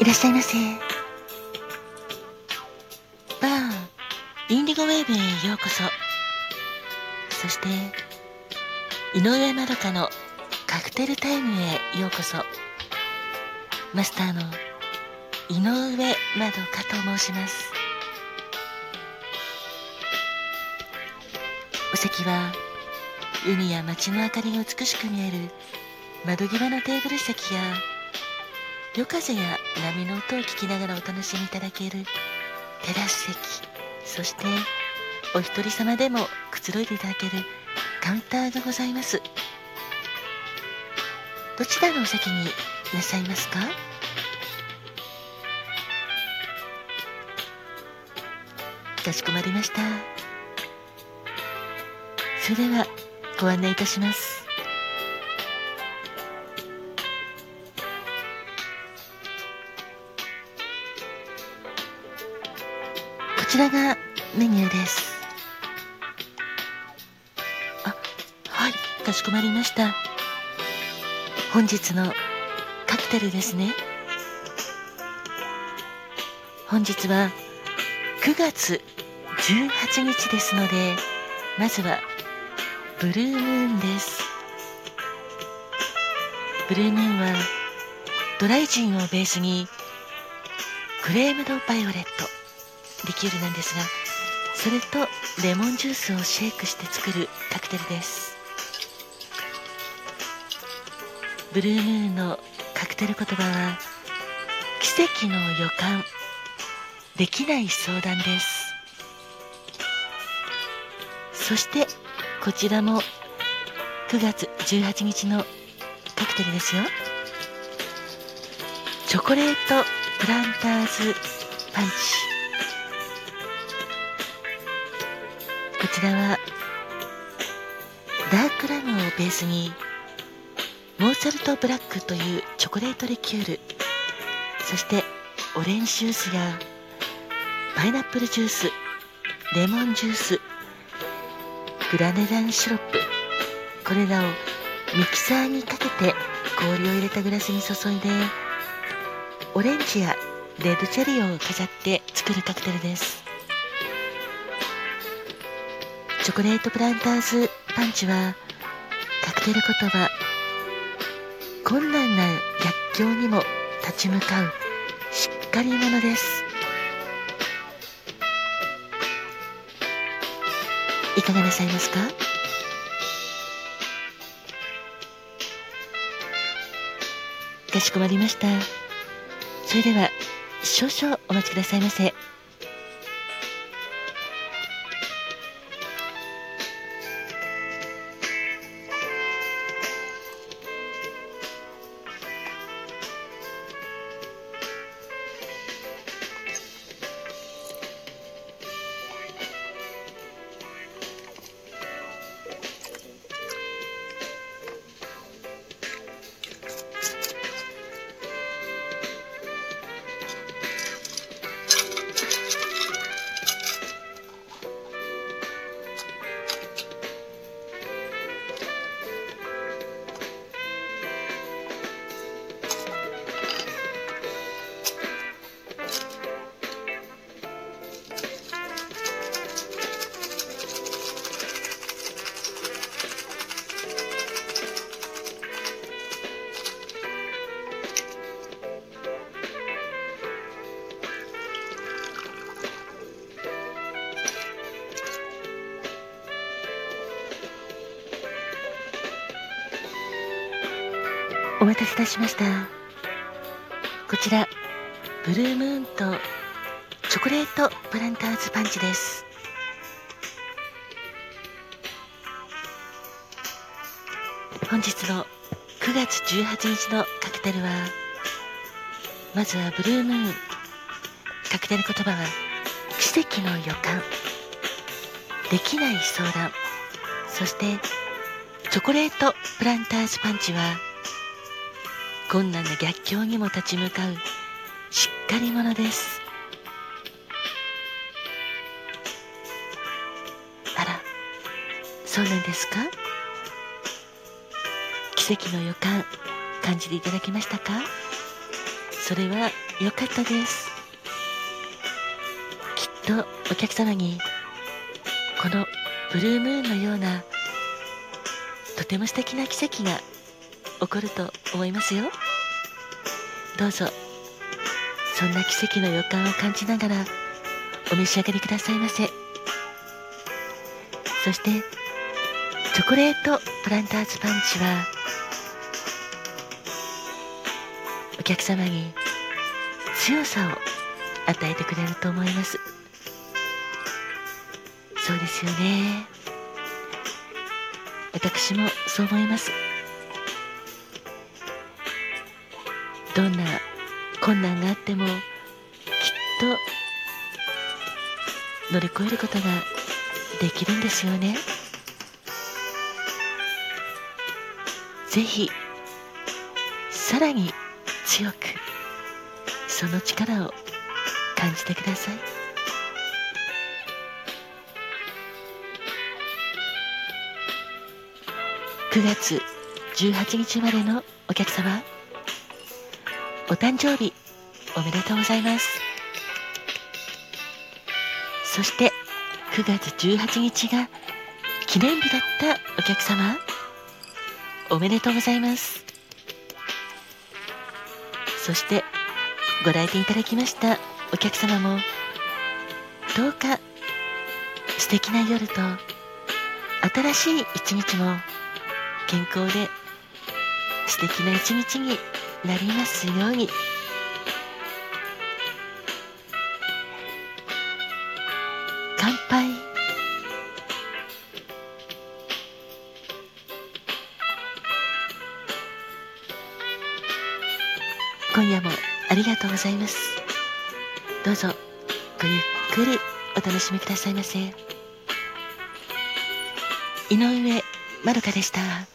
いらっしゃいませ。バーインディゴウェーブへようこそ。そして井上まどかのカクテルタイムへようこそ。マスターの井上まどかと申します。お席は海や街の明かりが美しく見える窓際のテーブル席や、夜風や波の音を聞きながらお楽しみいただけるテラス席、そしてお一人様でもくつろいでいただけるカウンターがございます。どちらのお席にいらっしゃいますか？かしこまりました。それではご案内いたします。こちらがメニューです。はい、かしこまりました。本日のカクテルですね。本日は9月18日ですので、まずはブルームーンです。ブルームーンはドライジンをベースにクレームドバイオレットリキュールなんですが、それとレモンジュースをシェイクして作るカクテルです。ブルームーンのカクテル言葉は奇跡の予感、できない相談です。そしてこちらも9月18日のカクテルですよ。チョコレートプランターズパンチ。こちらはダークラムをベースにモーツァルトブラックというチョコレートリキュール、そしてオレンジジュースやパイナップルジュース、レモンジュース、グラネダンシロップ、これらをミキサーにかけて氷を入れたグラスに注いで、オレンジやレッドチェリーを飾って作るカクテルです。チョコレートプランターズパンチはカクテル言葉、困難な逆境にも立ち向かうしっかり者です。いかがなさいますか？かしこまりました。それでは少々お待ちくださいませ。お待たせいたしました。こちらブルームーンとチョコレートプランターズパンチです。本日の9月18日のカクテルは、まずはブルームーン、カクテル言葉は奇跡の予感、できない相談、そしてチョコレートプランターズパンチは困難な逆境にも立ち向かうしっかり者です。あら、そうなんですか？奇跡の予感、感じていただけましたか？それはよかったです。きっとお客様にこのブルームーンのようなとても素敵な奇跡が起こると思いますよ。どうぞそんな奇跡の予感を感じながらお召し上がりくださいませ。そしてチョコレートプランターズパンチはお客様に強さを与えてくれると思います。そうですよね。私もそう思います。どんな困難があってもきっと乗り越えることができるんですよね。ぜひさらに強くその力を感じてください。9月18日までのお客様、お誕生日おめでとうございます。そして9月18日が記念日だったお客様、おめでとうございます。そしてご来店いただきましたお客様もどうか素敵な夜と新しい一日も健康で素敵な一日になりますように。乾杯。今夜もありがとうございます。どうぞごゆっくりお楽しみくださいませ。井上まどかでした。